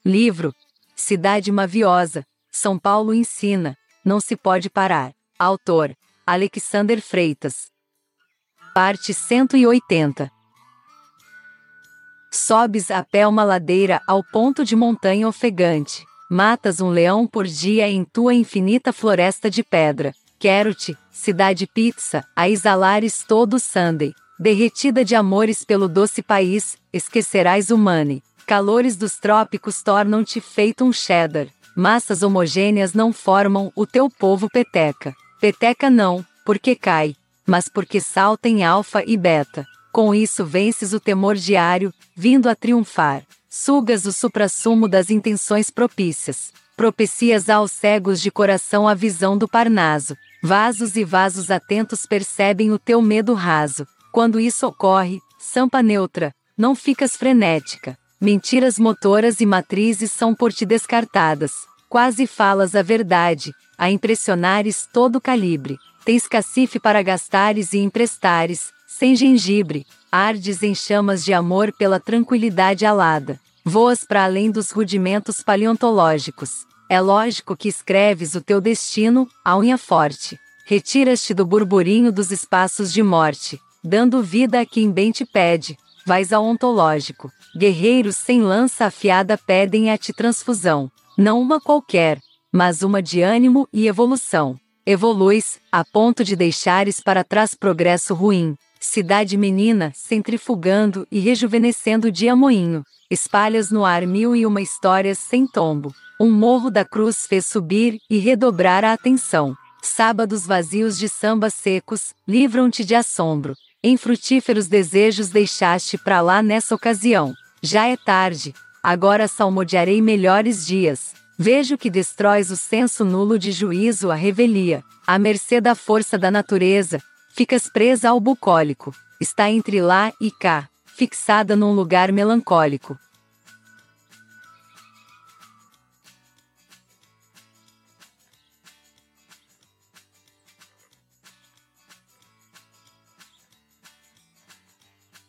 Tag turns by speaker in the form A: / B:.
A: Livro Cidade Maviosa, São Paulo ensina, não se pode parar. Autor Alexander Freitas. Parte 180. Sobes a pé uma ladeira ao ponto de montanha ofegante. Matas um leão por dia em tua infinita floresta de pedra. Quero-te, cidade pizza, a exalares todo Sunday. Derretida de amores pelo doce país, esquecerás o money. Calores dos trópicos tornam-te feito um cheddar. Massas homogêneas não formam o teu povo peteca. Peteca não, porque cai, mas porque salta em alfa e beta. Com isso vences o temor diário, vindo a triunfar. Sugas o suprassumo das intenções propícias. Propicias aos cegos de coração a visão do Parnaso. Vasos e vasos atentos percebem o teu medo raso. Quando isso ocorre, sampa neutra, não ficas frenética. Mentiras motoras e matrizes são por ti descartadas. Quase falas a verdade, a impressionares todo calibre. Tens cacife para gastares e emprestares, sem gengibre. Ardes em chamas de amor pela tranquilidade alada. Voas para além dos rudimentos paleontológicos. É lógico que escreves o teu destino, a unha forte. Retiras-te do burburinho dos espaços de morte, dando vida a quem bem te pede. Vais ao ontológico. Guerreiros sem lança afiada pedem a ti transfusão. Não uma qualquer, mas uma de ânimo e evolução. Evoluis, a ponto de deixares para trás progresso ruim. Cidade menina, centrifugando e rejuvenescendo dia moinho. Espalhas no ar 1001 histórias sem tombo. Um morro da cruz fez subir e redobrar a atenção. Sábados vazios de sambas secos, livram-te de assombro. Em frutíferos desejos deixaste pra lá nessa ocasião. Já é tarde, agora salmodiarei melhores dias. Vejo que destróis o senso nulo de juízo à revelia. À mercê da força da natureza, ficas presa ao bucólico. Está entre lá e cá, fixada num lugar melancólico.